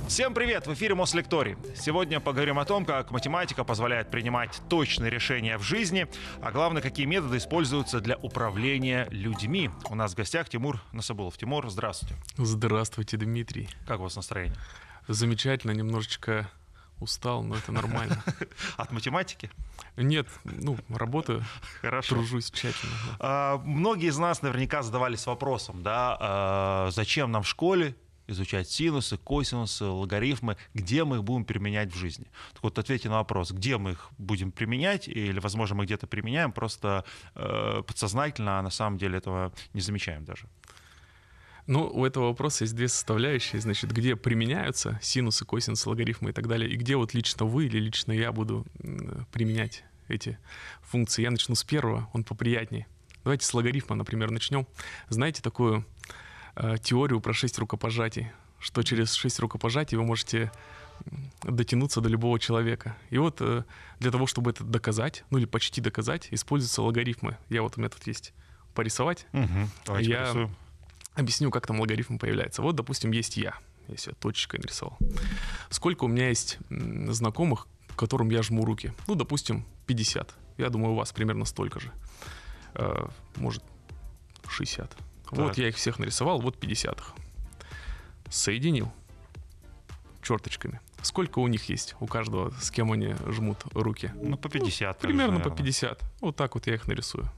Всем привет! В эфире Мослекторий. Сегодня поговорим о том, как математика позволяет принимать точные решения в жизни, а главное, какие методы используются для управления людьми. У нас в гостях Тимур Насабулов. Тимур, здравствуйте. Здравствуйте, Дмитрий. Как у вас настроение? Замечательно, немножечко устал, но это нормально. От математики? Нет, работаю, Хорошо. тружусь тщательно. Многие из нас наверняка задавались вопросом, зачем нам в школе изучать синусы, косинусы, логарифмы, где мы их будем применять в жизни. Так вот, ответьте на вопрос, где мы их будем применять, или, возможно, мы где-то применяем, просто подсознательно, а на самом деле этого не замечаем даже. У этого вопроса есть две составляющие, значит, где применяются синусы, косинусы, логарифмы и так далее, и где вот лично вы или лично я буду применять эти функции. Я начну с первого, он поприятнее. Давайте с логарифма, например, начнем. Знаете такую теорию про 6 рукопожатий, что через 6 рукопожатий вы можете дотянуться до любого человека. И вот для того, чтобы это доказать, или почти доказать, используются логарифмы. У меня тут есть порисовать. Давайте порисуем. Объясню, как там логарифм появляется. Вот, допустим, есть я себе точечкой нарисовал. Сколько у меня есть знакомых, которым я жму руки? Допустим, 50. Я думаю, у вас примерно столько же. Может, 60. Так. Вот я их всех нарисовал, вот 50 их. Соединил черточками. Сколько у них есть, у каждого, с кем они жмут руки? По 50. Примерно по 50. Вот так вот я их нарисую.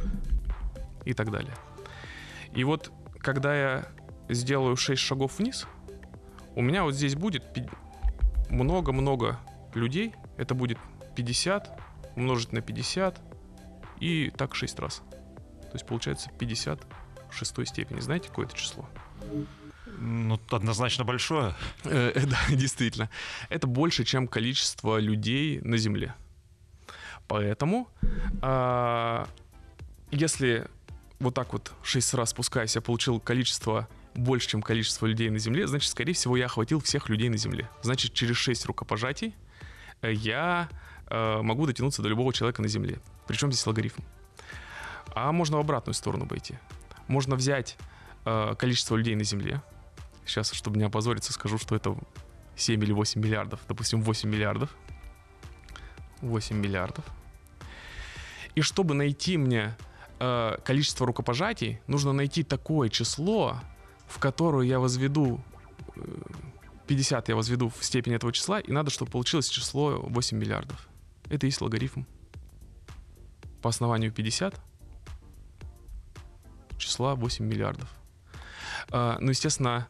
И так далее. И вот, когда я сделаю 6 шагов вниз, у меня вот здесь будет много-много людей. Это будет 50 умножить на 50 и так 6 раз. То есть получается 50 в 6 степени. Знаете, какое это число? Однозначно большое. Да, действительно. Это больше, чем количество людей на Земле. Поэтому, если вот так вот 6 раз спускаясь, я получил количество больше, чем количество людей на Земле, значит, скорее всего, я охватил всех людей на Земле. Значит, через 6 рукопожатий я могу дотянуться до любого человека на Земле. Причем здесь логарифм? А можно в обратную сторону пойти. Можно взять количество людей на Земле. Сейчас, чтобы не опозориться, скажу, что это 7 или 8 миллиардов. Допустим, 8 миллиардов. 8 миллиардов. И чтобы найти мне количество рукопожатий, нужно найти такое число, в которое я возведу 50, я возведу в степень этого числа, и надо, чтобы получилось число 8 миллиардов. Это и есть логарифм. По основанию 50 числа 8 миллиардов. Естественно,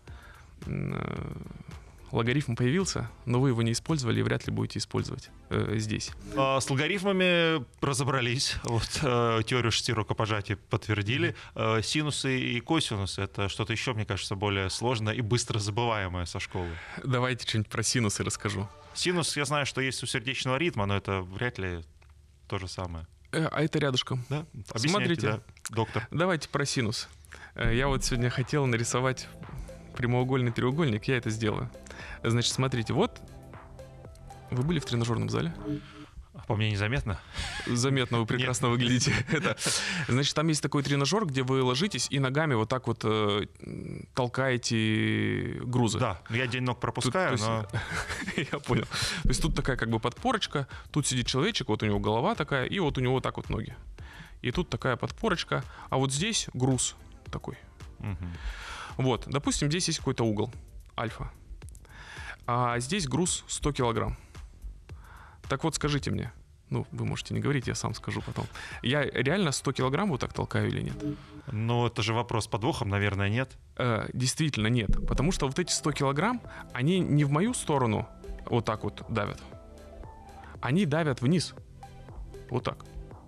логарифм появился, но вы его не использовали и вряд ли будете использовать здесь. С логарифмами разобрались. Теорию 6 рукопожатий подтвердили. Синусы и косинусы — это что-то еще, мне кажется, более сложное и быстро забываемое со школы. Давайте что-нибудь про синусы расскажу. Синус, я знаю, что есть у сердечного ритма, но это вряд ли то же самое. А это рядышком. Да? Объясняйте, Смотрите, да, доктор. Давайте про синус. Я вот сегодня хотел нарисовать прямоугольный треугольник, я это сделаю. Значит, смотрите, вот вы были в тренажерном зале? По мне незаметно? Заметно, вы прекрасно выглядите. Значит, там есть такой тренажер, где вы ложитесь и ногами вот так вот толкаете грузы. Да, я день ног пропускаю, но... Я понял. То есть тут такая как бы подпорочка, тут сидит человечек, вот у него голова такая, и вот у него вот так вот ноги. И тут такая подпорочка, а вот здесь груз такой. Вот, допустим, здесь есть какой-то угол, альфа. А здесь груз 100 килограмм. Так вот, скажите мне, вы можете не говорить, я сам скажу потом. Я реально 100 килограмм вот так толкаю или нет? Это же вопрос с подвохом, наверное, нет? Действительно нет, потому что вот эти 100 килограмм, они не в мою сторону вот так вот давят. Они давят вниз. Вот так.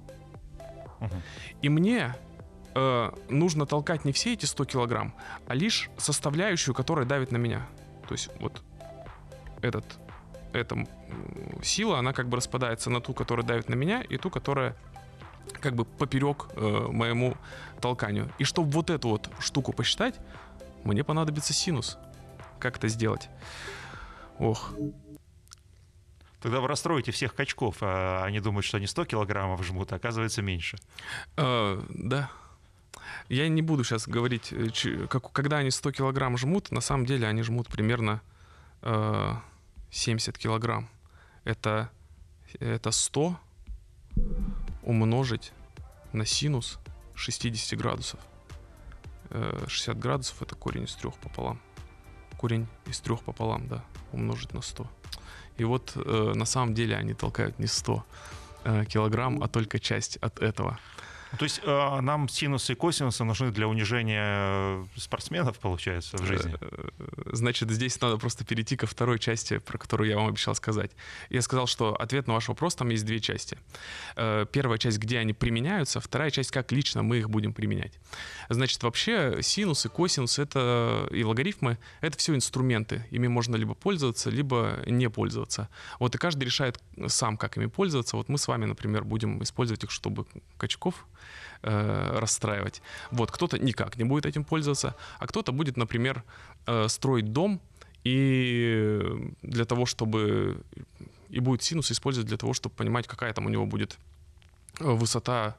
И мне нужно толкать не все эти 100 килограмм, а лишь составляющую, которая давит на меня. То есть вот эта сила, она как бы распадается на ту, которая давит на меня, и ту, которая как бы поперек моему толканию. И чтобы вот эту вот штуку посчитать, мне понадобится синус. Как это сделать? Тогда вы расстроите всех качков, а они думают, что они 100 килограммов жмут, а оказывается меньше. Да. Я не буду сейчас говорить, когда они 100 килограмм жмут, на самом деле они жмут примерно 70 килограмм. Это 100 умножить на синус 60 градусов. 60 градусов — это корень из 3 пополам. Корень из 3 пополам, да, умножить на 100. И вот на самом деле они толкают не 100 килограмм, а только часть от этого. То есть нам синусы и косинусы нужны для унижения спортсменов, получается, в жизни? Значит, здесь надо просто перейти ко второй части, про которую я вам обещал сказать. Я сказал, что ответ на ваш вопрос, там есть 2 части. Первая часть, где они применяются, вторая часть, как лично мы их будем применять. Значит, вообще синусы, косинусы и логарифмы — это все инструменты. Ими можно либо пользоваться, либо не пользоваться. Вот и каждый решает сам, как ими пользоваться. Вот мы с вами, например, будем использовать их, чтобы качков расстраивать. Вот, кто-то никак не будет этим пользоваться, а кто-то будет, например, строить дом и для того, чтобы... И будет синус использовать для того, чтобы понимать, какая там у него будет высота,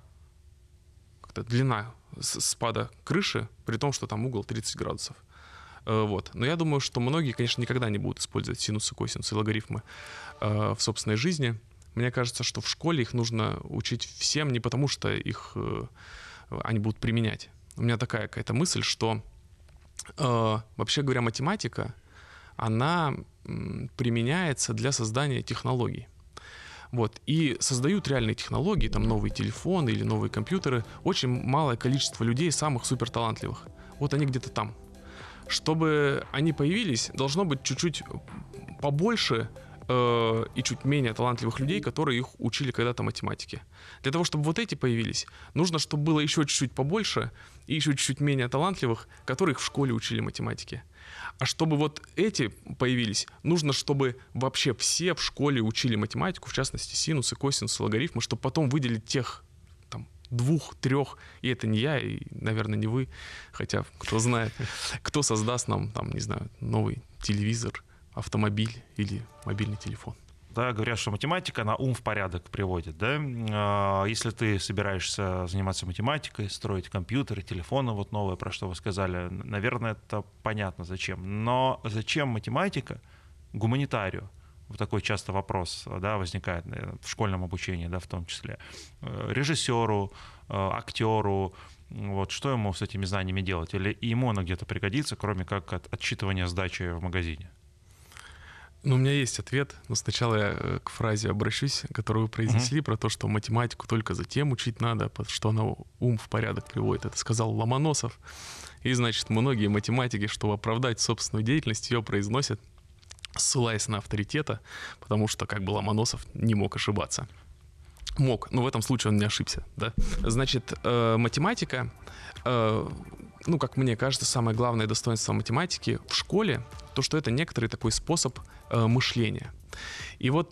длина спада крыши, при том, что там угол 30 градусов. Вот. Но я думаю, что многие, конечно, никогда не будут использовать синусы, косинусы и логарифмы в собственной жизни. Мне кажется, что в школе их нужно учить всем не потому, что они будут применять. У меня такая какая-то мысль, что вообще говоря, математика, она применяется для создания технологий. Вот. И создают реальные технологии, там новые телефоны или новые компьютеры, очень малое количество людей, самых суперталантливых. Вот они где-то там. Чтобы они появились, должно быть чуть-чуть побольше и чуть менее талантливых людей, которые их учили когда-то математике. Для того, чтобы вот эти появились, нужно, чтобы было еще чуть-чуть побольше и еще чуть-чуть менее талантливых, которых в школе учили математике. А чтобы вот эти появились, нужно, чтобы вообще все в школе учили математику, в частности синусы, косинусы, логарифмы, чтобы потом выделить тех там 2-3, и это не я, и, наверное, не вы, хотя кто знает, кто создаст нам, там, не знаю, новый телевизор, автомобиль или мобильный телефон. Да, говорят, что математика, она ум в порядок приводит, да? Если ты собираешься заниматься математикой, строить компьютеры, телефоны вот новые, про что вы сказали, наверное, это понятно зачем. Но зачем математика гуманитарию? Вот такой часто вопрос, да, возникает в школьном обучении, да, в том числе. Режиссеру, актеру, вот, что ему с этими знаниями делать? Или ему оно где-то пригодится, кроме как от отсчитывания сдачи в магазине? Ну, у меня есть ответ, но сначала я к фразе обращусь, которую вы произнесли, про то, что математику только затем учить надо, что она ум в порядок приводит. Это сказал Ломоносов. И, значит, многие математики, чтобы оправдать собственную деятельность, ее произносят, ссылаясь на авторитета, потому что как бы Ломоносов не мог ошибаться. Мог, но в этом случае он не ошибся. Да? Значит, математика, ну, как мне кажется, самое главное достоинство математики в школе, то, что это некоторый такой способ мышления. И вот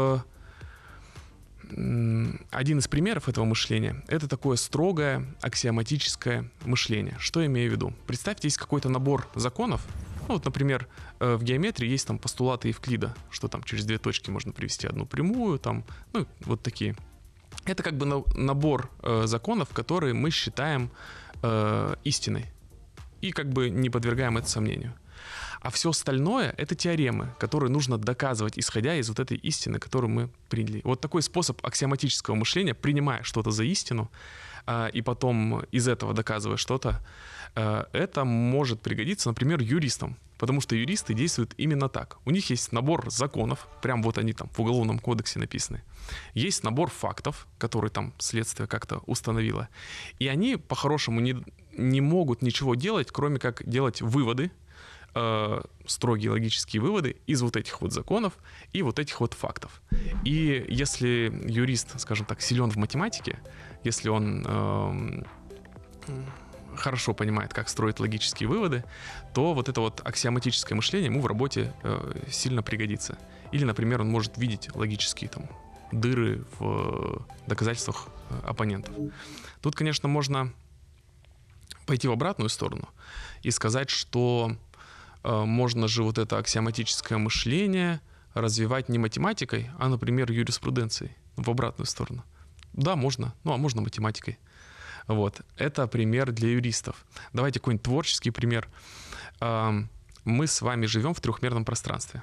один из примеров этого мышления — это такое строгое аксиоматическое мышление. Что я имею в виду? Представьте, есть какой-то набор законов. Ну, вот, например, в геометрии есть там постулаты Евклида, что там через 2 точки можно привести одну прямую, там, ну, вот такие. Это как бы набор законов, которые мы считаем истиной и как бы не подвергаем это сомнению. А все остальное — это теоремы, которые нужно доказывать, исходя из вот этой истины, которую мы приняли. Вот такой способ аксиоматического мышления, принимая что-то за истину, и потом из этого доказывая что-то, это может пригодиться, например, юристам. Потому что юристы действуют именно так. У них есть набор законов, прям вот они там в Уголовном кодексе написаны. Есть набор фактов, которые там следствие как-то установило. И они по-хорошему не могут ничего делать, кроме как делать выводы, строгие логические выводы из вот этих вот законов и вот этих вот фактов. И если юрист, скажем так, силен в математике, если он хорошо понимает, как строить логические выводы, то вот это вот аксиоматическое мышление ему в работе сильно пригодится. Или, например, он может видеть логические там дыры в доказательствах оппонентов. Тут, конечно, можно пойти в обратную сторону и сказать, что можно же вот это аксиоматическое мышление развивать не математикой, а, например, юриспруденцией в обратную сторону. Да, можно, ну а можно математикой. Вот. Это пример для юристов. Давайте какой-нибудь творческий пример. мы с вами живем в трехмерном пространстве.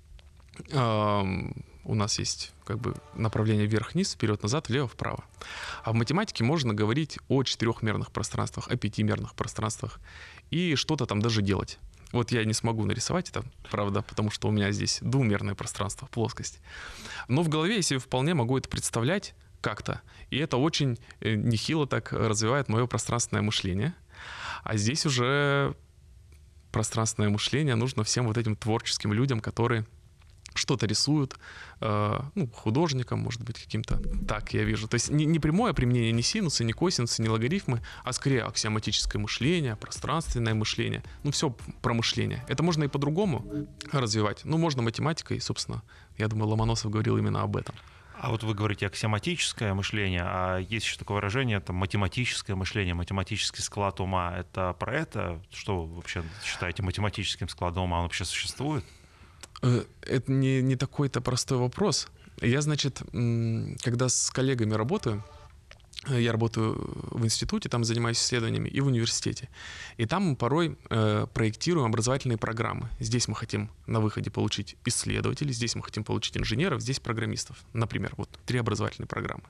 У нас есть как бы направление вверх-вниз, вперед-назад, влево-вправо. А в математике можно говорить о четырехмерных пространствах, о пятимерных пространствах и что-то там даже делать. Вот я не смогу нарисовать это, правда, потому что у меня здесь двумерное пространство, плоскость. Но в голове я себе вполне могу это представлять как-то. И это очень нехило так развивает мое пространственное мышление. А здесь уже пространственное мышление нужно всем вот этим творческим людям, которые что-то рисуют, художникам, может быть, каким-то. Так я вижу. То есть не прямое применение ни синуса, ни косинуса, ни логарифмы, а скорее аксиоматическое мышление, пространственное мышление. Все про мышление. Это можно и по-другому развивать. Можно математикой, собственно. Я думаю, Ломоносов говорил именно об этом. А вот вы говорите аксиоматическое мышление, а есть еще такое выражение, это математическое мышление, математический склад ума. Это про это? Что вы вообще считаете математическим складом ума? Он вообще существует? Это не такой-то простой вопрос. Я, значит, когда с коллегами работаю, я работаю в институте, там занимаюсь исследованиями, и в университете. И там мы порой проектируем образовательные программы. Здесь мы хотим на выходе получить исследователей, здесь мы хотим получить инженеров, здесь программистов. Например, 3 образовательные программы.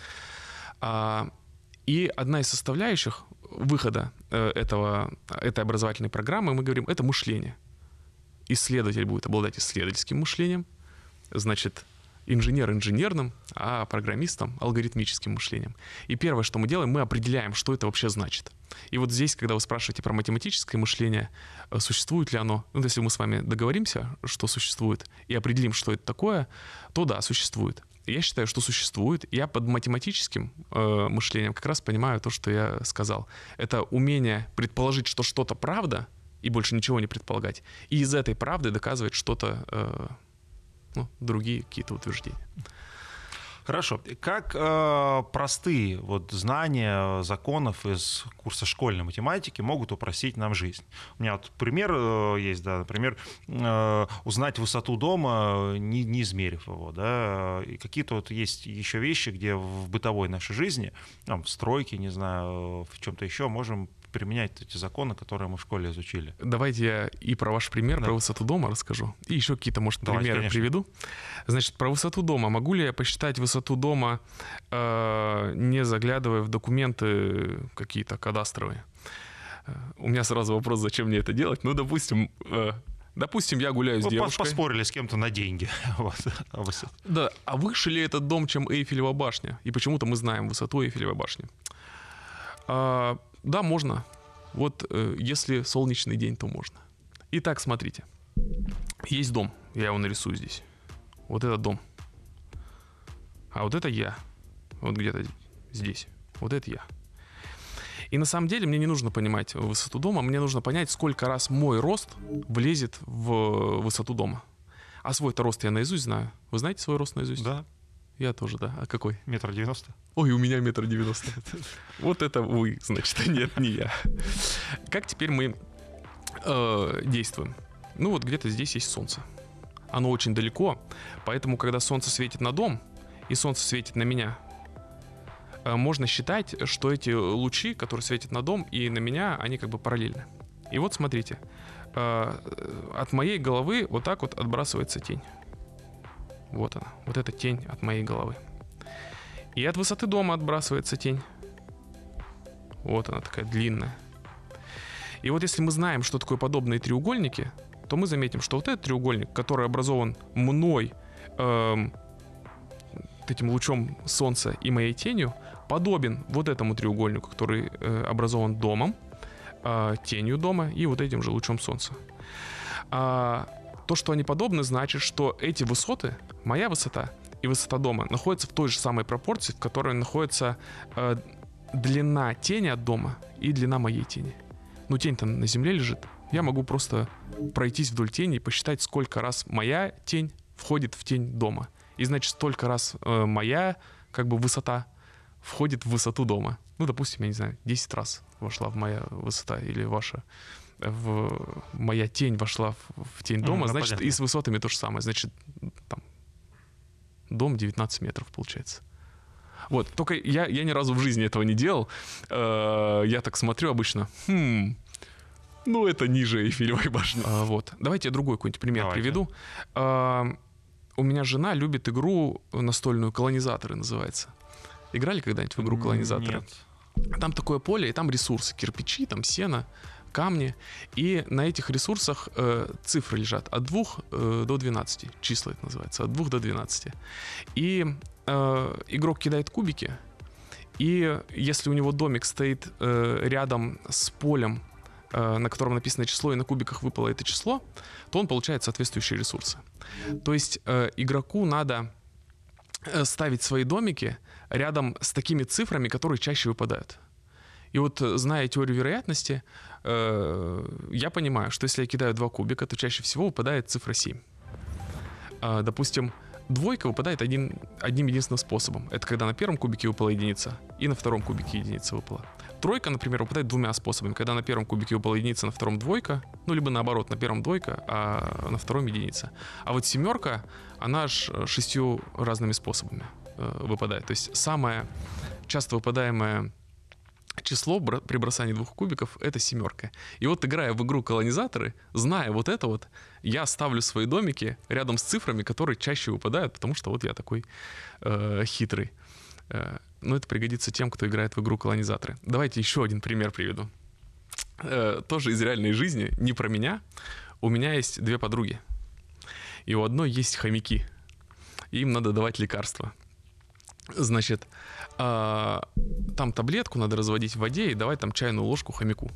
И одна из составляющих выхода этой образовательной программы, мы говорим, это мышление. Исследователь будет обладать исследовательским мышлением, значит, инженер инженерным, а программистом алгоритмическим мышлением. И первое, что мы делаем, мы определяем, что это вообще значит. И вот здесь, когда вы спрашиваете про математическое мышление, существует ли оно, если мы с вами договоримся, что существует, и определим, что это такое, то да, существует. Я считаю, что существует. Я под математическим мышлением как раз понимаю то, что я сказал. Это умение предположить, что что-то правда, и больше ничего не предполагать. И из этой правды доказывать что-то, другие какие-то утверждения. Хорошо. Как простые знания законов из курса школьной математики могут упростить нам жизнь? У меня пример есть, да, например, узнать высоту дома, не измерив его, да, и какие-то есть еще вещи, где в бытовой нашей жизни, в стройке, не знаю, в чем-то еще можем применять эти законы, которые мы в школе изучили. Давайте я и про ваш пример, про высоту дома расскажу, и еще какие-то, может, примеры конечно. приведу. Значит, про высоту дома. Могу ли я посчитать высоту дома, не заглядывая в документы какие-то кадастровые? У меня сразу вопрос, зачем мне это делать? Допустим, я гуляю с девушкой. Поспорили с кем-то на деньги. Да, а выше ли этот дом, чем Эйфелева башня? И почему-то мы знаем высоту Эйфелевой башни. Да, можно. Если солнечный день, то можно. Итак, смотрите. Есть дом. Я его нарисую здесь. Вот этот дом. А вот это я. Вот где-то здесь. Вот это я. И на самом деле мне не нужно понимать высоту дома. Мне нужно понять, сколько раз мой рост влезет в высоту дома. А свой-то рост я наизусть знаю. Вы знаете свой рост наизусть? Да. Я тоже, да. А какой? 1,90 м. Ой, у меня 1,90 м. Вот это вы, значит, нет, не я. Как теперь мы действуем? Где-то здесь есть солнце. Оно очень далеко, поэтому, когда солнце светит на дом, и солнце светит на меня, можно считать, что эти лучи, которые светят на дом и на меня, они как бы параллельны. И вот смотрите, от моей головы вот так вот отбрасывается тень. Вот она, вот эта тень от моей головы. И от высоты дома отбрасывается тень. Вот она такая длинная. И вот если мы знаем, что такое подобные треугольники, то мы заметим, что вот этот треугольник, который образован мной, этим лучом солнца и моей тенью, подобен вот этому треугольнику, который образован домом, тенью дома и вот этим же лучом солнца. То, что они подобны, значит, что эти высоты, моя высота и высота дома, находятся в той же самой пропорции, в которой находится длина тени от дома и длина моей тени. Тень-то на земле лежит. Я могу просто пройтись вдоль тени и посчитать, сколько раз моя тень входит в тень дома. И значит, столько раз моя высота входит в высоту дома. Допустим, я не знаю, 10 раз вошла в моя высота или ваша. Моя тень вошла в тень дома, значит, понятно. И с высотами то же самое. Значит, там дом 19 метров получается. Только я ни разу в жизни этого не делал. Я так смотрю обычно. Ну, это ниже Эйфелевой башни. Вот. Давайте я другой какой-нибудь пример приведу. У меня жена любит игру настольную «Колонизаторы» называется. Играли когда-нибудь в игру «Колонизаторы»? Нет. Там такое поле, и там ресурсы. Кирпичи, там сено, камни. И на этих ресурсах цифры лежат от 2 до 12. Числа это называется. От 2 до 12. И игрок кидает кубики. И если у него домик стоит рядом с полем, на котором написано число, и на кубиках выпало это число, то он получает соответствующие ресурсы. То есть игроку надо ставить свои домики рядом с такими цифрами, которые чаще выпадают. И вот, зная теорию вероятности, я понимаю, что если я кидаю 2 кубика, то чаще всего выпадает цифра 7. Допустим, двойка выпадает одним единственным способом. Это когда на первом кубике выпала единица, и на втором кубике единица выпала. Тройка, например, выпадает 2 способами. Когда на первом кубике выпала единица, на втором двойка, ну, либо наоборот, на первом двойка, а на втором единица. А вот семерка, она аж 6 разными способами выпадает. То есть самое часто выпадаемое число при бросании 2 кубиков — это семерка. И вот, играя в игру «Колонизаторы», зная вот это вот, я ставлю свои домики рядом с цифрами, которые чаще выпадают, потому что вот я такой хитрый. Но это пригодится тем, кто играет в игру «Колонизаторы». Давайте еще один пример приведу. Тоже из реальной жизни, не про меня. У меня есть 2 подруги. И у одной есть хомяки. Им надо давать лекарства. Значит, там таблетку надо разводить в воде и давать там чайную ложку хомяку.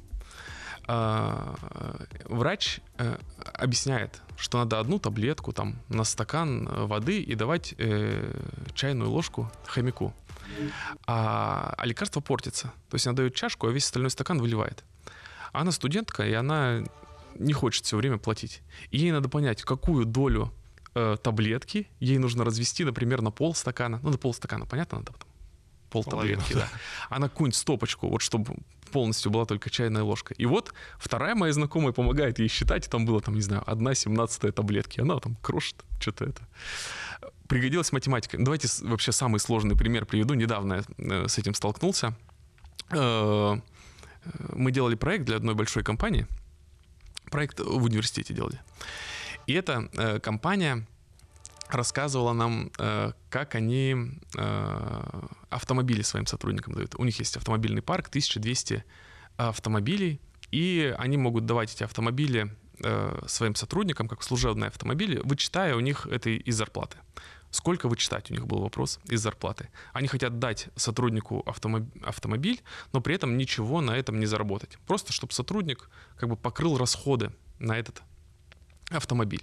Врач объясняет, что надо 1 таблетку там на стакан воды и давать чайную ложку хомяку. А лекарство портится. То есть она дает чашку, а весь остальной стакан выливает. Она студентка, и она не хочет все время платить. И ей надо понять, какую долю таблетки ей нужно развести, например, на полстакана. Ну, на полстакана, понятно, надо потом полтаблетки, да. А на какую-нибудь стопочку, вот чтобы полностью была только чайная ложка. И вот вторая моя знакомая помогает ей считать, и там было, там, не знаю, 1/17 таблетки. Она там крошит что-то это. Пригодилась математика. Давайте вообще самый сложный пример приведу. Недавно я с этим столкнулся. Мы делали проект для одной большой компании. Проект в университете делали. И эта компания рассказывала нам, как они автомобили своим сотрудникам дают. У них есть автомобильный парк, 1200 автомобилей, и они могут давать эти автомобили своим сотрудникам, как служебные автомобили, вычитая у них это из зарплаты. Сколько вычитать, у них был вопрос, из зарплаты. Они хотят дать сотруднику автомобиль, но при этом ничего на этом не заработать. Просто чтобы сотрудник как бы покрыл расходы на этот автомобиль.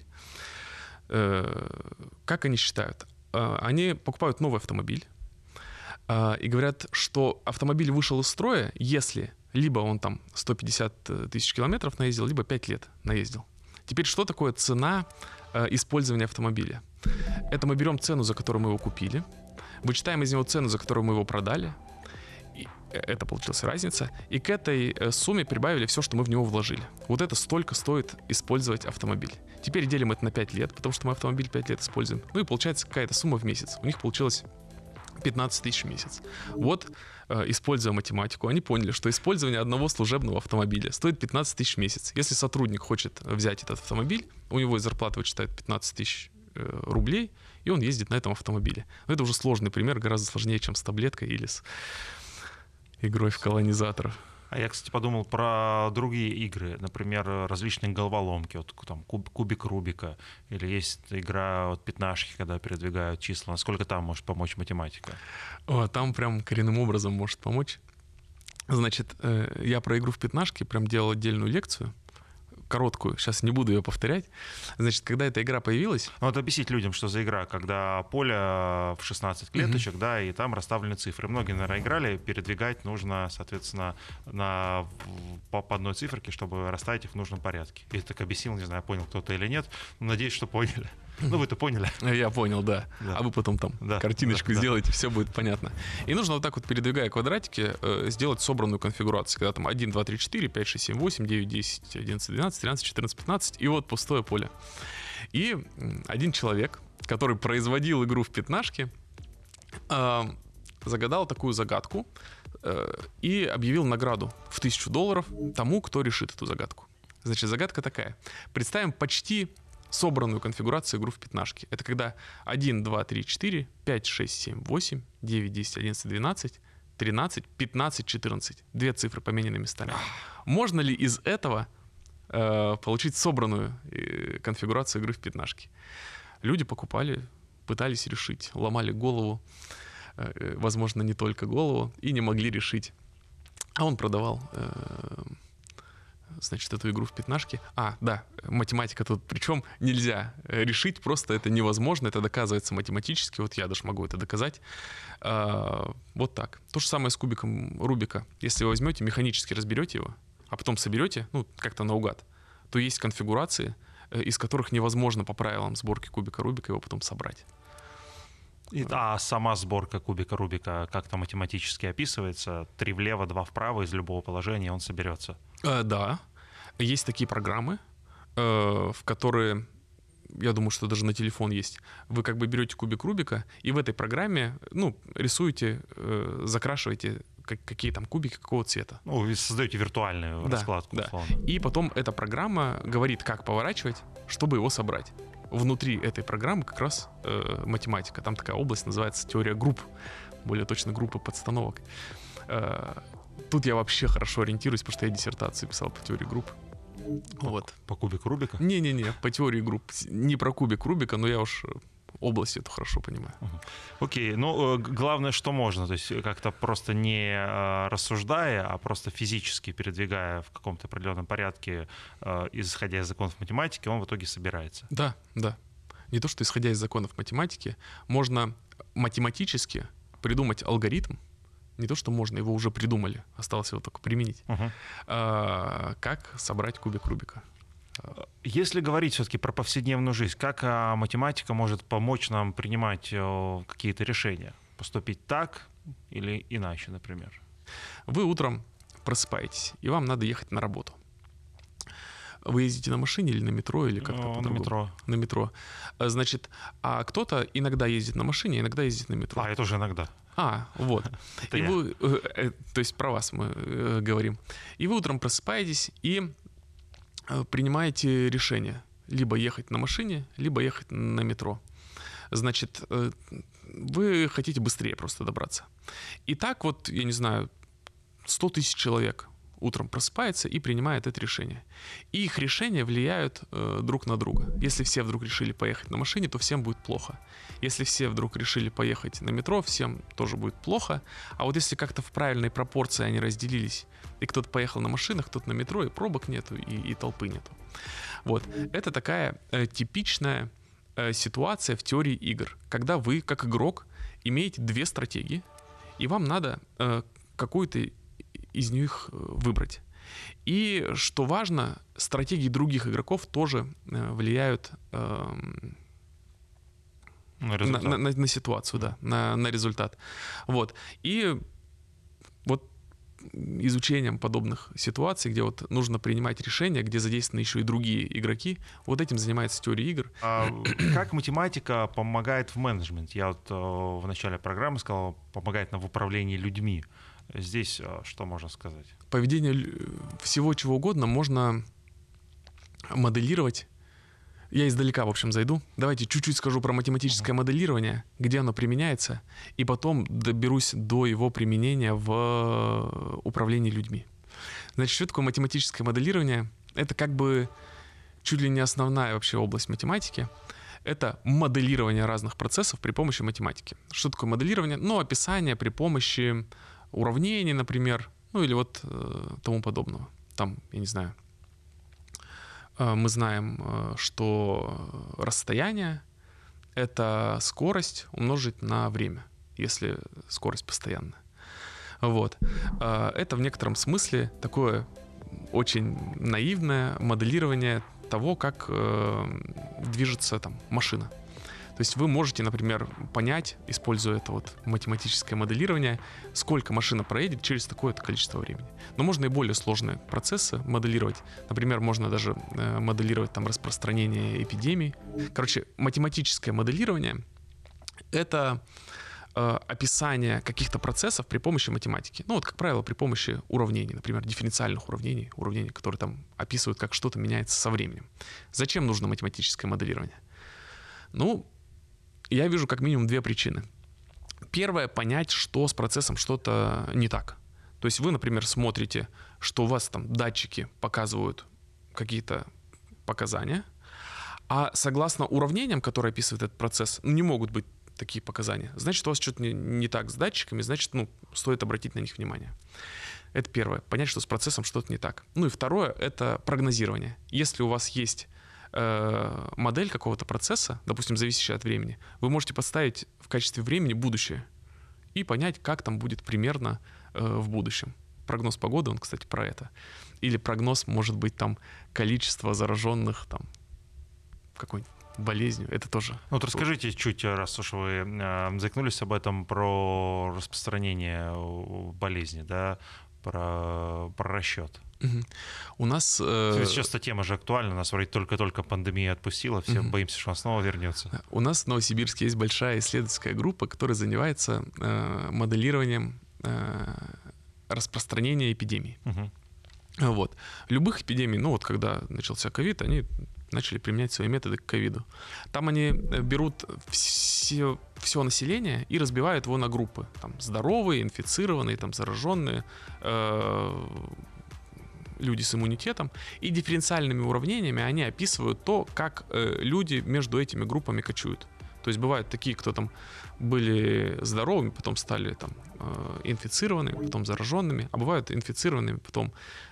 Как они считают? Они покупают новый автомобиль и говорят, что автомобиль вышел из строя, если либо он там 150 тысяч километров наездил, либо 5 лет наездил. Теперь, что такое цена использования автомобиля? Это мы берем цену, за которую мы его купили, вычитаем из него цену, за которую мы его продали, и это получилась разница, и к этой сумме прибавили все, что мы в него вложили. Вот это столько стоит использовать автомобиль. Теперь делим это на 5 лет, потому что мы автомобиль 5 лет используем. Ну и получается какая-то сумма в месяц. У них получилось 15 тысяч в месяц. Вот, используя математику, они поняли, что использование одного служебного автомобиля стоит 15 тысяч в месяц. Если сотрудник хочет взять этот автомобиль, у него из зарплаты вычитают 15 тысяч рублей, и он ездит на этом автомобиле. Но это уже сложный пример, гораздо сложнее, чем с таблеткой или с игрой в колонизаторов. А я, кстати, подумал про другие игры, например, различные головоломки, вот там кубик Рубика, или есть игра от пятнашки, когда передвигают числа. Насколько там может помочь математика? Там прям коренным образом может помочь. Значит, я про игру в пятнашки прям делал отдельную лекцию, короткую, сейчас не буду ее повторять. Значит, когда эта игра появилась... Ну, вот объяснить людям, что за игра, когда поле в 16 клеточек, да, и там расставлены цифры. Многие, наверное, играли, передвигать нужно, соответственно, по одной циферке, чтобы расставить их в нужном порядке. Я так объяснил, не знаю, понял кто-то или нет, но надеюсь, что поняли. Ну, вы-то поняли. Я понял, да. А вы потом там картиночку сделаете, все будет понятно. И нужно вот так вот, передвигая квадратики, сделать собранную конфигурацию. Когда там 1, 2, 3, 4, 5, 6, 7, 8, 9, 10, 11, 12, 13, 14, 15. И вот пустое поле. И один человек, который производил игру в пятнашки, загадал такую загадку и объявил награду в $1000 тому, кто решит эту загадку. Значит, загадка такая. Представим почти собранную конфигурацию игры в пятнашки. Это когда 1, 2, 3, 4, 5, 6, 7, 8, 9, 10, 11, 12, 13, 15, 14. Две цифры поменены местами. Можно ли из этого получить собранную конфигурацию игры в пятнашки? Люди покупали, пытались решить, ломали голову, возможно, не только голову, и не могли решить. А он продавал, значит, эту игру в пятнашки. Да, математика тут, причем нельзя решить, просто это невозможно, это доказывается математически, вот я даже могу это доказать. Вот так. То же самое с кубиком Рубика. Если вы возьмете, механически разберете его, а потом соберете, как-то наугад, то есть конфигурации, из которых невозможно по правилам сборки кубика Рубика его потом собрать. А сама сборка кубика Рубика как-то математически описывается? 3 влево, 2 вправо, из любого положения он соберется? Да. Есть такие программы, в которые, я думаю, что даже на телефон есть. Вы как бы берете кубик Рубика и в этой программе рисуете, закрашиваете какие там кубики, какого цвета. Вы создаете виртуальную раскладку. Да. И потом эта программа говорит, как поворачивать, чтобы его собрать. Внутри этой программы как раз математика. Там такая область называется теория групп, более точно группы подстановок. Тут я вообще хорошо ориентируюсь, потому что я диссертацию писал по теории групп. По кубику Рубика? Не-не-не, по теории групп. Не про кубик Рубика, но я уж область эту хорошо понимаю. Окей, главное, что можно, то есть как-то просто не рассуждая, а просто физически передвигая в каком-то определенном порядке, исходя из законов математики, он в итоге собирается. Да. Не то, что исходя из законов математики, можно математически придумать алгоритм, не то, что можно, его уже придумали, осталось его только применить, как собрать кубик Рубика. Если говорить все-таки про повседневную жизнь, как математика может помочь нам принимать какие-то решения? Поступить так или иначе, например? Вы утром просыпаетесь, и вам надо ехать на работу. Вы ездите на машине или на метро, или как-то по-другому? На метро. На метро. Значит, а кто-то иногда ездит на машине, иногда ездит на метро. Это уже иногда. Вот. И вы, то есть про вас мы говорим. И вы утром просыпаетесь и принимаете решение либо ехать на машине, либо ехать на метро. Значит, вы хотите быстрее просто добраться. И так вот, я не знаю, 100 тысяч человек утром просыпается и принимает это решение. И их решения влияют друг на друга. Если все вдруг решили поехать на машине, то всем будет плохо. Если все вдруг решили поехать на метро, всем тоже будет плохо. А вот если как-то в правильной пропорции они разделились, и кто-то поехал на машинах, кто-то на метро, и пробок нету, и толпы нету. Вот. Это такая типичная ситуация в теории игр, когда вы, как игрок, имеете две стратегии, и вам надо какую-то из них выбрать. И, что важно, стратегии других игроков тоже влияют на ситуацию, да, на результат. Вот. И вот изучением подобных ситуаций, где вот нужно принимать решения, где задействованы еще и другие игроки, вот этим занимается теория игр. Как математика помогает в менеджменте? Я вот в начале программы сказал, помогает нам в управлении людьми. Здесь что можно сказать? Поведение всего чего угодно можно моделировать. Я издалека, в общем, зайду. Давайте чуть-чуть скажу про математическое моделирование, где оно применяется, и потом доберусь до его применения в управлении людьми. Значит, что такое математическое моделирование? Это как бы чуть ли не основная вообще область математики. Это моделирование разных процессов при помощи математики. Что такое моделирование? Описание при помощи уравнений, например, или вот тому подобного. Там, я не знаю, мы знаем, что расстояние — это скорость умножить на время, если скорость постоянная. Вот. Это в некотором смысле такое очень наивное моделирование того, как движется там машина. То есть вы можете, например, понять, используя это вот математическое моделирование, сколько машина проедет через такое-то количество времени. Но можно и более сложные процессы моделировать. Например, можно даже моделировать там распространение эпидемий. Короче, математическое моделирование — это описание каких-то процессов при помощи математики. Ну вот, как правило, при помощи уравнений, например, дифференциальных уравнений, которые там описывают, как что-то меняется со временем. Зачем нужно математическое моделирование? Ну, я вижу как минимум две причины. Первое — понять, что с процессом что-то не так. То есть вы, например, смотрите, что у вас там датчики показывают какие-то показания, а согласно уравнениям, которые описывают этот процесс, не могут быть такие показания. Значит, у вас что-то не так с датчиками, значит, стоит обратить на них внимание. Это первое. Понять, что с процессом что-то не так. Ну и второе — это прогнозирование. Если у вас есть модель какого-то процесса, допустим, зависящая от времени, вы можете поставить в качестве времени будущее и понять, как там будет примерно в будущем. Прогноз погоды, он, кстати, про это. Или прогноз, может быть, там количество зараженных там какой-нибудь болезнью. Это тоже. Ну вот расскажите чуть, раз уж вы заикнулись об этом, про распространение болезни, да, про расчет. Угу. У нас... Сейчас эта тема же актуальна, нас вроде только-только пандемия отпустила, все боимся, что она снова вернется. У нас в Новосибирске есть большая исследовательская группа, которая занимается моделированием распространения эпидемий. Вот. Любых эпидемий, ну вот когда начался ковид, они начали применять свои методы к ковиду. Там они берут все население и разбивают его на группы. Там здоровые, инфицированные, там зараженные, люди с иммунитетом. И дифференциальными уравнениями они описывают то, как люди между этими группами кочуют. То есть бывают такие, кто там были здоровыми, потом стали там инфицированными, потом зараженными, а бывают инфицированными, потом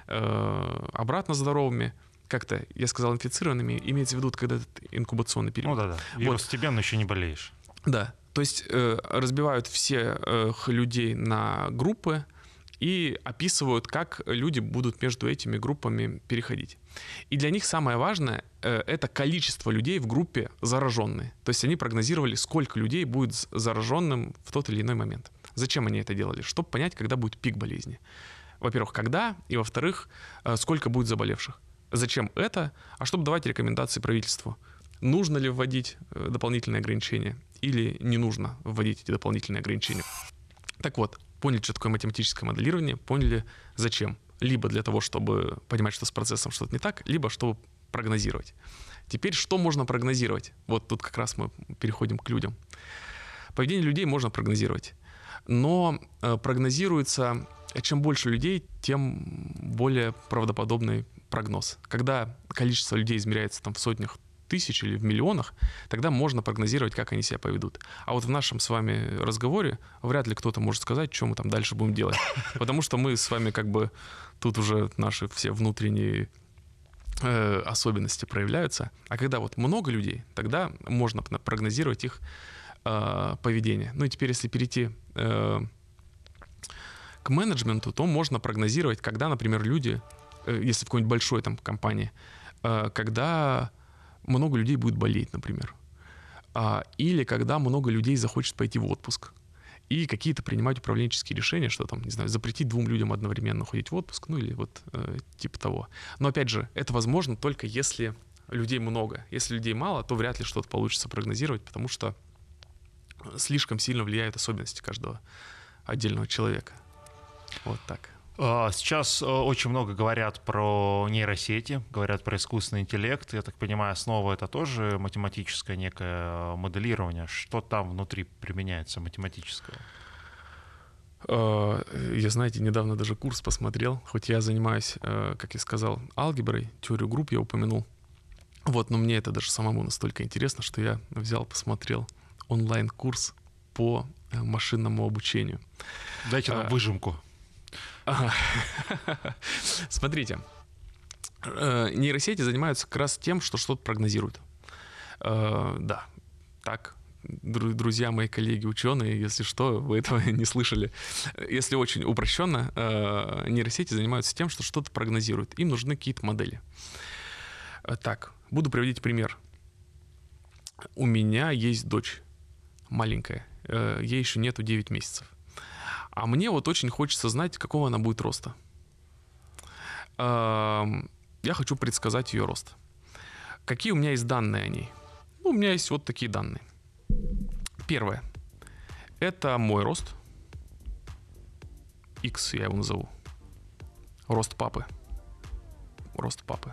обратно здоровыми. Как-то, я сказал, инфицированными, имеется в виду, когда этот инкубационный период. Ну да-да, вирус вот. Тебе, но еще не болеешь. Да, то есть разбивают всех людей на группы и описывают, как люди будут между этими группами переходить. И для них самое важное — это количество людей в группе зараженные. То есть они прогнозировали, сколько людей будет зараженным в тот или иной момент. Зачем они это делали? Чтобы понять, когда будет пик болезни. Во-первых, когда, и во-вторых, сколько будет заболевших. Зачем это? А чтобы давать рекомендации правительству. Нужно ли вводить дополнительные ограничения или не нужно вводить эти дополнительные ограничения. Так вот, поняли, что такое математическое моделирование, поняли, зачем. Либо для того, чтобы понимать, что с процессом что-то не так, либо чтобы прогнозировать. Теперь, что можно прогнозировать? Вот тут как раз мы переходим к людям. Поведение людей можно прогнозировать. Но прогнозируется, чем больше людей, тем более правдоподобный прогноз. Когда количество людей измеряется там в сотнях тысяч или в миллионах, тогда можно прогнозировать, как они себя поведут. А вот в нашем с вами разговоре вряд ли кто-то может сказать, что мы там дальше будем делать. Потому что мы с вами как бы тут уже наши все внутренние особенности проявляются. А когда вот много людей, тогда можно прогнозировать их поведение. Ну и теперь, если перейти к менеджменту, то можно прогнозировать, когда, например, люди, если в какой-нибудь большой там компании, когда много людей будет болеть, например. Или когда много людей захочет пойти в отпуск. И какие-то принимать управленческие решения, что там, не знаю, запретить 2 людям одновременно уходить в отпуск, ну или вот типа того. Но опять же, это возможно только если людей много. Если людей мало, то вряд ли что-то получится прогнозировать, потому что слишком сильно влияют особенности каждого отдельного человека. Вот так. Сейчас очень много говорят про нейросети, говорят про искусственный интеллект. Я так понимаю, основа — это тоже математическое некое моделирование. Что там внутри применяется математического? Я, знаете, недавно даже курс посмотрел. Хоть я занимаюсь, как я сказал, алгеброй, теорию групп я упомянул. Вот, но мне это даже самому настолько интересно, что я взял, посмотрел онлайн-курс по машинному обучению. Дайте нам выжимку. Смотрите, нейросети занимаются как раз тем, что что-то прогнозируют. Да, так, друзья мои, коллеги, ученые, если что, вы этого не слышали. Если очень упрощенно, нейросети занимаются тем, что что-то прогнозируют. Им нужны какие-то модели. Так, буду приводить пример. У меня есть дочь маленькая, ей еще нету 9 месяцев. А мне вот очень хочется знать, какого она будет роста. Я хочу предсказать ее рост. Какие у меня есть данные о ней? Ну, у меня есть вот такие данные. Первое. Это мой рост. X я его назову. Рост папы. Рост папы.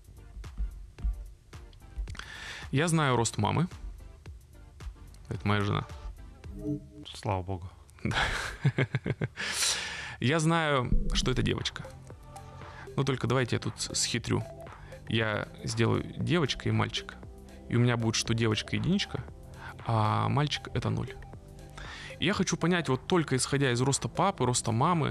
Я знаю рост мамы. Это моя жена. Слава богу. Я знаю, что это девочка. Но только давайте я тут схитрю. Я сделаю девочка и мальчик. И у меня будет, что девочка единичка, а мальчик это 0. И я хочу понять, вот только исходя из роста папы, роста мамы,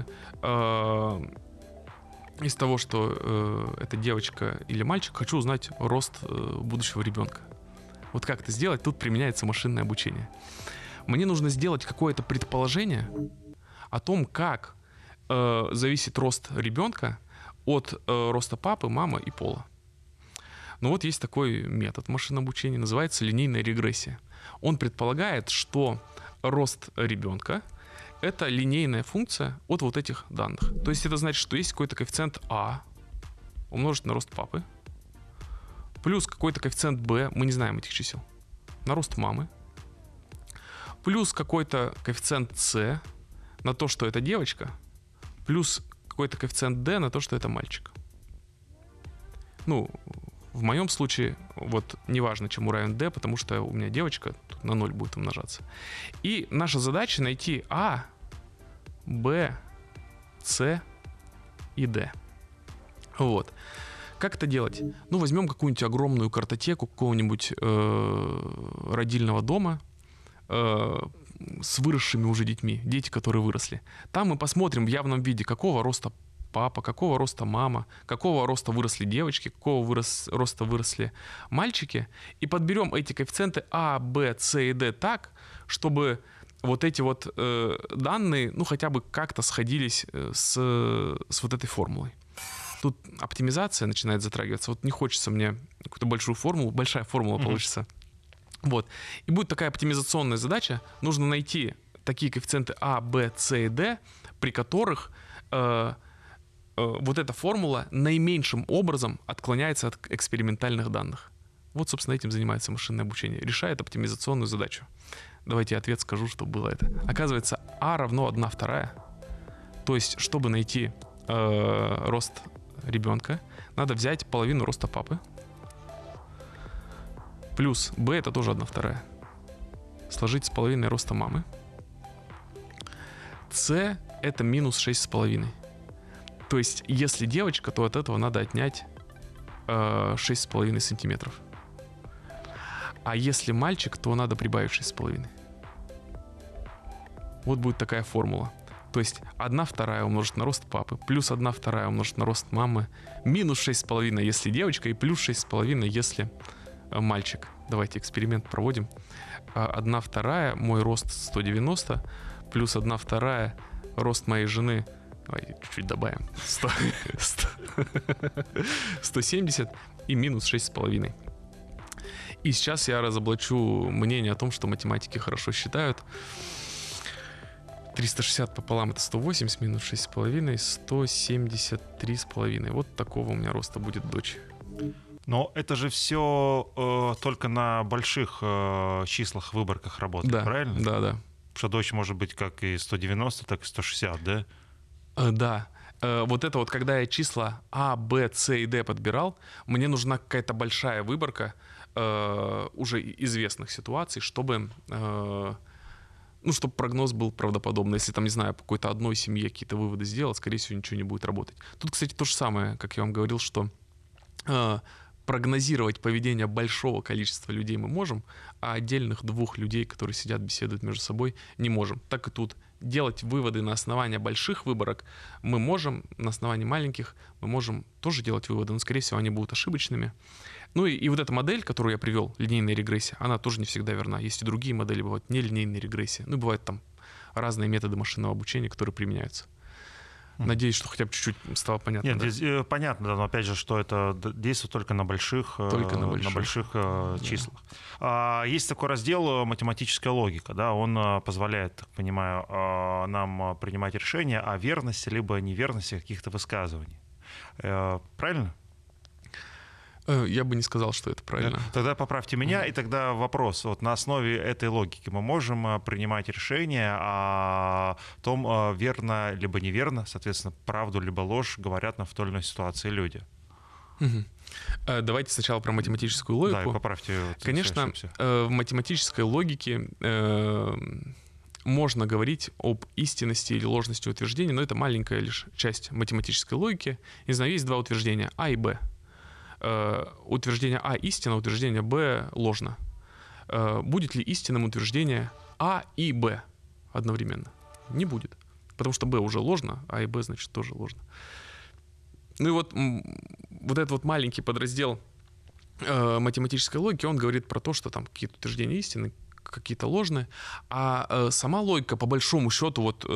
из того, что это девочка или мальчик, хочу узнать рост будущего ребенка. Вот как это сделать? Тут применяется машинное обучение. Мне нужно сделать какое-то предположение о том, как зависит рост ребенка от роста папы, мамы и пола. Ну вот есть такой метод машинного обучения, называется линейная регрессия. Он предполагает, что рост ребенка — это линейная функция от вот этих данных. То есть это значит, что есть какой-то коэффициент А умножить на рост папы, плюс какой-то коэффициент Б, мы не знаем этих чисел, на рост мамы, плюс какой-то коэффициент С на то, что это девочка, плюс какой-то коэффициент D на то, что это мальчик. Ну, в моем случае, вот неважно, чему равен D, потому что у меня девочка тут на 0 будет умножаться. И наша задача найти А, Б, С и D. Вот. Как это делать? Ну, возьмем какую-нибудь огромную картотеку какого-нибудь родильного дома с выросшими уже детьми, дети, которые выросли. Там мы посмотрим в явном виде, какого роста папа, какого роста мама, какого роста выросли девочки, какого роста выросли мальчики, и подберем эти коэффициенты А, Б, С и Д так, чтобы вот эти вот данные, ну, хотя бы как-то сходились с вот этой формулой. Тут оптимизация начинает затрагиваться. Вот не хочется мне какую-то большую формулу, большая формула получится. Вот. И будет такая оптимизационная задача. Нужно найти такие коэффициенты А, Б, С и Д, при которых вот эта формула наименьшим образом отклоняется от экспериментальных данных. Вот, собственно, этим занимается машинное обучение. Решает оптимизационную задачу. Давайте я ответ скажу, что было это. Оказывается, А равно 1/2. То есть, чтобы найти рост ребенка, надо взять половину роста папы. Плюс b это тоже 1/2. Сложить с половиной роста мамы. c это минус 6,5. То есть, если девочка, то от этого надо отнять 6,5 сантиметров. А если мальчик, то надо прибавить 6,5. Вот будет такая формула. То есть 1/2 умножить на рост папы, плюс 1/2 умножить на рост мамы, минус 6,5, если девочка, и плюс 6,5, если мальчик. Давайте эксперимент проводим. 1/2 мой рост 190, плюс 1/2 рост моей жены, давайте чуть-чуть добавим, 170 и минус 6,5. И сейчас я разоблачу мнение о том, что математики хорошо считают. 360 пополам это 180, минус 6,5, 173,5. Вот такого у меня роста будет дочь. Но это же все только на больших числах, выборках работает, Да, правильно? да, да. Что дочь может быть как и 190, так и 160, да? Да. Вот это вот, когда я числа А, Б, С и Д подбирал, мне нужна какая-то большая выборка уже известных ситуаций, чтобы... Ну, чтобы прогноз был правдоподобный. Если там, не знаю, по какой-то одной семье какие-то выводы сделать, скорее всего, ничего не будет работать. Тут, кстати, то же самое, как я вам говорил, что прогнозировать поведение большого количества людей мы можем, а отдельных 2 людей, которые сидят, беседуют между собой, не можем. Так и тут. Делать выводы на основании больших выборок мы можем, на основании маленьких мы можем тоже делать выводы, но, скорее всего, они будут ошибочными. Ну и вот эта модель, которую я привел, линейная регрессия, она тоже не всегда верна. Есть и другие модели, бывают нелинейные регрессии. Ну, бывают там разные методы машинного обучения, которые применяются. Надеюсь, что хотя бы чуть-чуть стало понятно. Нет, да? здесь понятно, но опять же, что это действует только на больших, числах. Есть такой раздел математическая логика, да, он позволяет, так понимаю, нам принимать решения о верности либо неверности каких-то высказываний. Правильно? Я бы не сказал, что это правильно. Тогда поправьте меня, и тогда вопрос. Вот на основе этой логики мы можем принимать решение о том, верно либо неверно, соответственно, правду либо ложь говорят нам в той или иной ситуации люди. Давайте сначала про математическую логику. Да, и поправьте. Конечно, в математической логике можно говорить об истинности или ложности утверждений, но это маленькая лишь часть математической логики. Не знаю, есть два утверждения А и Б. Утверждение А истинно, утверждение Б ложно. Будет ли истинным утверждение А и Б одновременно? Не будет. Потому что Б уже ложно, А и Б, значит, тоже ложно. Ну и вот этот вот маленький подраздел математической логики, он говорит про то, что там какие-то утверждения истинны, какие-то ложные. А сама логика, по большому счету, вот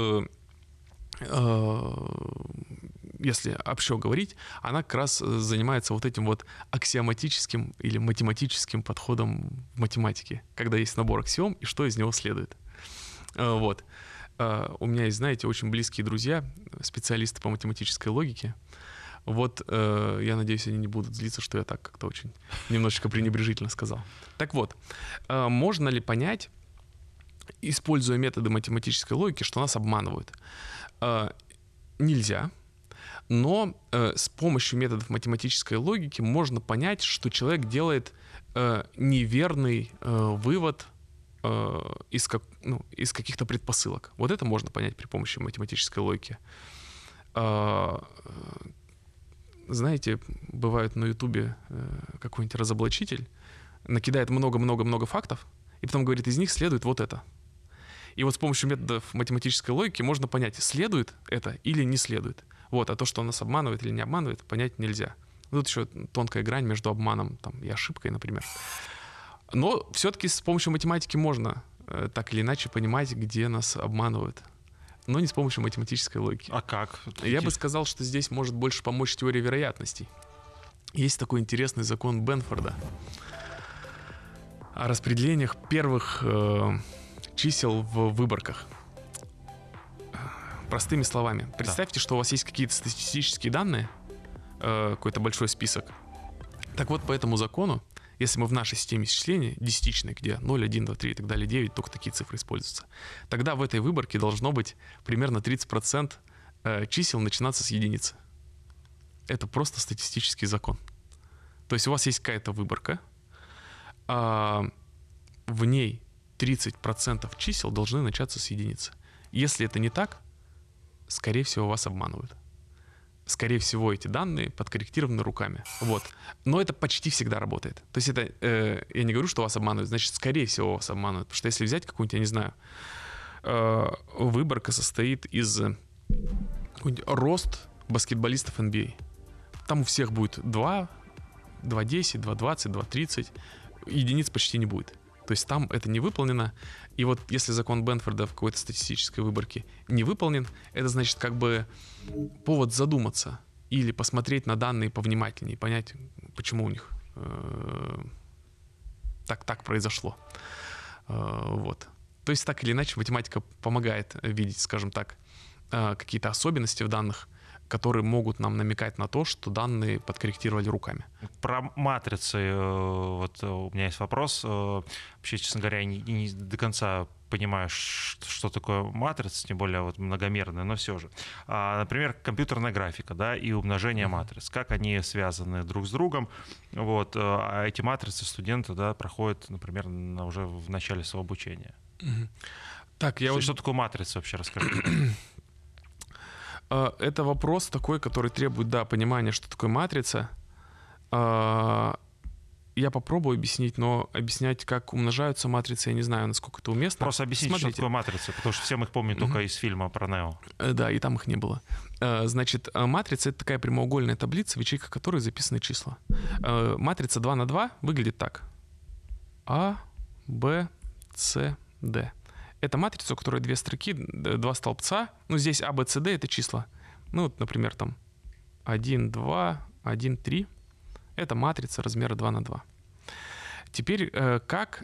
если общо говорить, она как раз занимается вот этим вот аксиоматическим или математическим подходом в математике, когда есть набор аксиом и что из него следует. Вот. У меня есть, знаете, очень близкие друзья, специалисты по математической логике. Вот, я надеюсь, они не будут злиться, что я так как-то очень немножечко пренебрежительно сказал. Так вот, можно ли понять, используя методы математической логики, что нас обманывают? Нельзя. Но с помощью методов математической логики можно понять, что человек делает неверный вывод из каких-то предпосылок. Вот это можно понять при помощи математической логики. Знаете, бывает на Ютубе какой-нибудь разоблачитель, накидает много-много-много фактов, и потом говорит, из них следует вот это. И вот с помощью методов математической логики можно понять, следует это или не следует. Вот, а то, что он нас обманывает или не обманывает, понять нельзя. Тут еще тонкая грань между обманом и ошибкой, например. Но все-таки с помощью математики можно так или иначе понимать, где нас обманывают. Но не с помощью математической логики. А как? Я бы сказал, что здесь может больше помочь теория вероятностей. Есть такой интересный закон Бенфорда о распределениях первых чисел в выборках. Простыми словами. Представьте, что у вас есть какие-то статистические данные, какой-то большой список. Так вот, по этому закону, если мы в нашей системе исчисления, десятичной, где 0, 1, 2, 3 и так далее, 9, только такие цифры используются, тогда в этой выборке должно быть примерно 30% чисел начинаться с единицы. Это просто статистический закон. То есть у вас есть какая-то выборка, в ней 30% чисел должны начаться с единицы. Если это не так, скорее всего, вас обманывают. Скорее всего, эти данные подкорректированы руками. Вот. Но это почти всегда работает. То есть это, я не говорю, что вас обманывают, значит, скорее всего, вас обманывают. Потому что если взять какую-нибудь, я не знаю, выборка состоит из рост баскетболистов NBA. Там у всех будет 2, 2.10, 2.20, 2.30. Единиц почти не будет. То есть там это не выполнено. И вот если закон Бенфорда в какой-то статистической выборке не выполнен, это значит как бы повод задуматься или посмотреть на данные повнимательнее, понять, почему у них так произошло. Вот. То есть так или иначе математика помогает видеть, скажем так, какие-то особенности в данных, которые могут нам намекать на то, что данные подкорректировали руками. Про матрицы вот у меня есть вопрос. Вообще, честно говоря, не до конца понимаю, что такое матрица, тем более вот многомерная, но все же. Например, компьютерная графика, да, и умножение матриц. Как они связаны друг с другом. Вот, а эти матрицы студенты, да, проходят, например, уже в начале своего обучения. Так, Что такое матрица вообще, расскажите? Это вопрос такой, который требует, да, понимания, что такое матрица. Я попробую объяснить, но объяснять, как умножаются матрицы, я не знаю, насколько это уместно. Просто объясните, что такое матрица, потому что все мы их помним только из фильма про Нео. Да, и там их не было. Значит, матрица — это такая прямоугольная таблица, в ячейках которой записаны числа. Матрица 2 на 2 выглядит так. А, Б, С, Д. Это матрица, у которой две строки, два столбца. Ну, здесь А, Б, С, Д — это числа. Ну, вот, например, там 1, 2, 1, 3. Это матрица размера 2 на 2. Теперь, как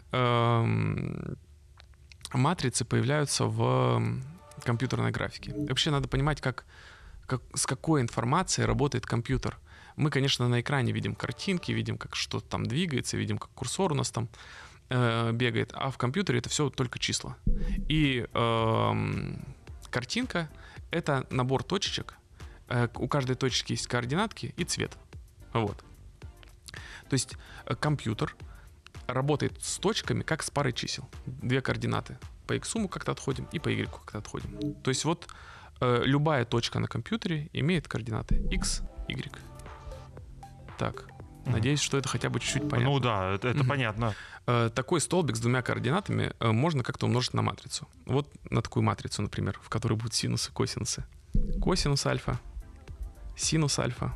матрицы появляются в компьютерной графике? Вообще надо понимать, с какой информацией работает компьютер. Мы, конечно, на экране видим картинки, видим, как что-то там двигается, видим, как курсор у нас там бегает, а в компьютере это все только числа. И картинка — это набор точечек. У каждой точки есть координатки и цвет. Вот. То есть компьютер работает с точками, как с парой чисел. Две координаты. По x мы как-то отходим и по y как-то отходим. То есть вот любая точка на компьютере имеет координаты x, y. Так. Надеюсь, что это хотя бы чуть-чуть понятно. Ну да, это понятно. Такой столбик с двумя координатами можно как-то умножить на матрицу. Вот на такую матрицу, например, в которой будут синусы, косинусы. Косинус альфа, синус альфа,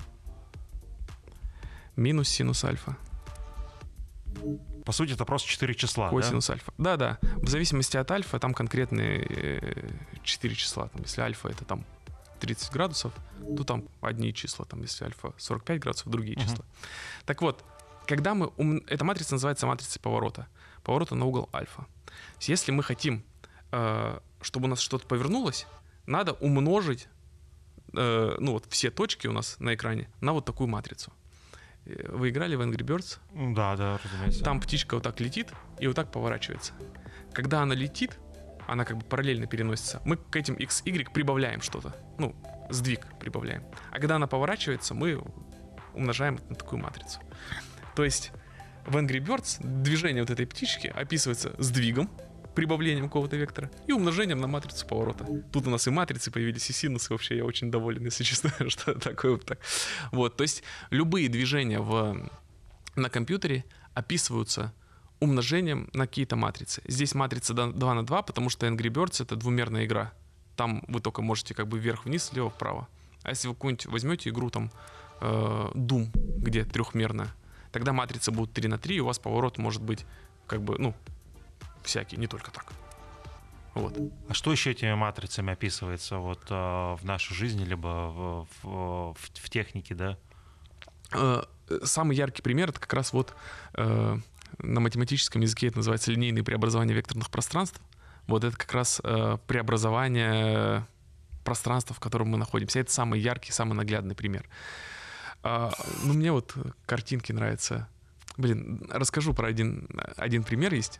минус синус альфа. По сути, это просто 4 числа, косинус альфа. Да. В зависимости от альфа там конкретные 4 числа. Там, если альфа это там 30 градусов, то там одни числа. Там, если альфа 45 градусов, другие числа. Так вот, когда мы... Эта матрица называется матрицей поворота. Поворота на угол альфа. Если мы хотим, чтобы у нас что-то повернулось, надо умножить все точки у нас на экране на вот такую матрицу. Вы играли в Angry Birds? Да, разумеется. Там птичка вот так летит и вот так поворачивается. Когда она летит, она как бы параллельно переносится. Мы к этим x, y прибавляем что-то. Сдвиг прибавляем. А когда она поворачивается, мы умножаем на такую матрицу. То есть в Angry Birds движение вот этой птички описывается сдвигом, прибавлением какого-то вектора и умножением на матрицу поворота. Тут у нас и матрицы появились, и синусы. Вообще я очень доволен, если честно, что такое вот так. Вот, то есть любые движения на компьютере описываются умножением на какие-то матрицы. Здесь матрица 2 на 2, потому что Angry Birds — это двумерная игра. Там вы только можете как бы вверх-вниз, слева-вправо. А если вы какую-нибудь возьмете игру там Doom, где трехмерная, тогда матрицы будут 3 на 3, и у вас поворот может быть как бы, всякий, не только так. Вот. А что еще этими матрицами описывается в нашей жизни, либо в технике, да? Самый яркий пример — это как раз на математическом языке это называется линейное преобразование векторных пространств. Вот это как раз преобразование пространства, в котором мы находимся. Это самый яркий, самый наглядный пример. Мне картинки нравятся. Расскажу про один пример есть.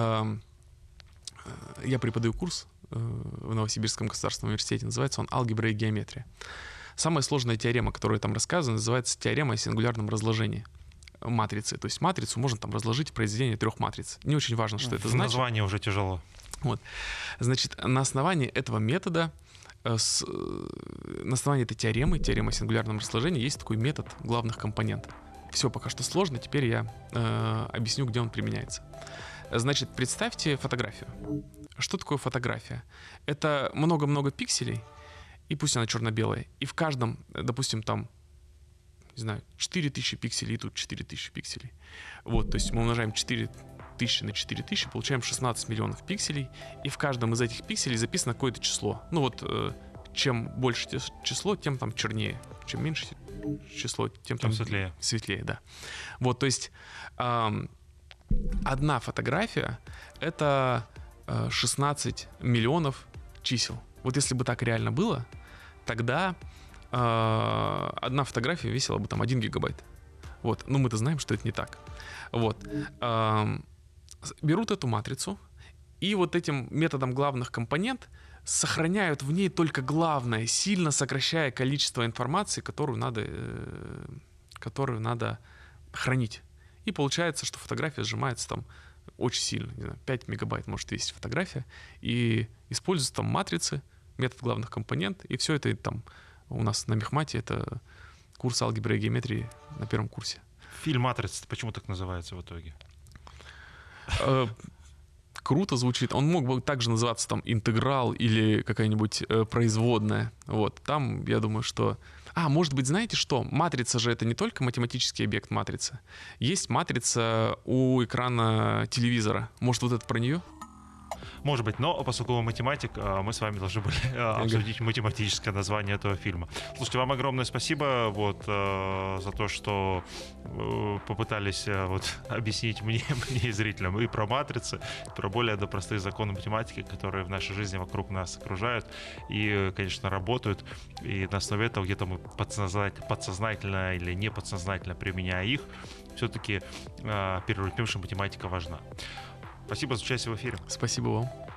Я преподаю курс в Новосибирском государственном университете. Называется он «Алгебра и геометрия». Самая сложная теорема, которая там рассказана, называется теорема о сингулярном разложении матрицы. То есть матрицу можно там разложить в произведение 3 матриц. Не очень важно, что это значит. Название уже тяжело. Вот. Значит, на основании этого метода, на основании этой теоремы о сингулярном разложении, есть такой метод главных компонентов. Все пока что сложно, теперь я объясню, где он применяется. Значит, представьте фотографию. Что такое фотография? Это много-много пикселей, и пусть она черно-белая, и в каждом, допустим, там, не знаю, 4000 пикселей, и тут 4000 пикселей. Вот, то есть мы умножаем 4000 на 4000, получаем 16 миллионов пикселей, и в каждом из этих пикселей записано какое-то число. Чем больше число, тем там чернее. Чем меньше число, тем там светлее, да. Вот, то есть одна фотография — это 16 миллионов чисел. Вот если бы так реально было, тогда одна фотография весила бы там 1 гигабайт. Вот. Но мы-то знаем, что это не так. Вот. Берут эту матрицу и вот этим методом главных компонент сохраняют в ней только главное, сильно сокращая количество информации, которую надо хранить. И получается, что фотография сжимается там очень сильно. Не знаю, 5 мегабайт может весить фотография. И используются там матрицы, метод главных компонент. И все это там у нас на мехмате. Это курс алгебры и геометрии на 1 курсе. Фильм «Матрица» почему так называется в итоге? Круто звучит. Он мог бы также называться там интеграл или какая-нибудь производная. Вот. Там, я думаю, что... может быть, знаете что? Матрица же это не только математический объект матрицы. Есть матрица у экрана телевизора. Может, вот это про нее? Может быть, но поскольку вы математик, мы с вами должны были обсудить математическое название этого фильма. Слушайте, вам огромное спасибо вот, за то, что попытались вот, объяснить мне и зрителям и про матрицы, и про более простые законы математики, которые в нашей жизни вокруг нас окружают и, конечно, работают. И на основе этого где-то мы подсознательно или не подсознательно применяя их, все-таки переродившая математика важна. Спасибо за участие в эфире. Спасибо вам.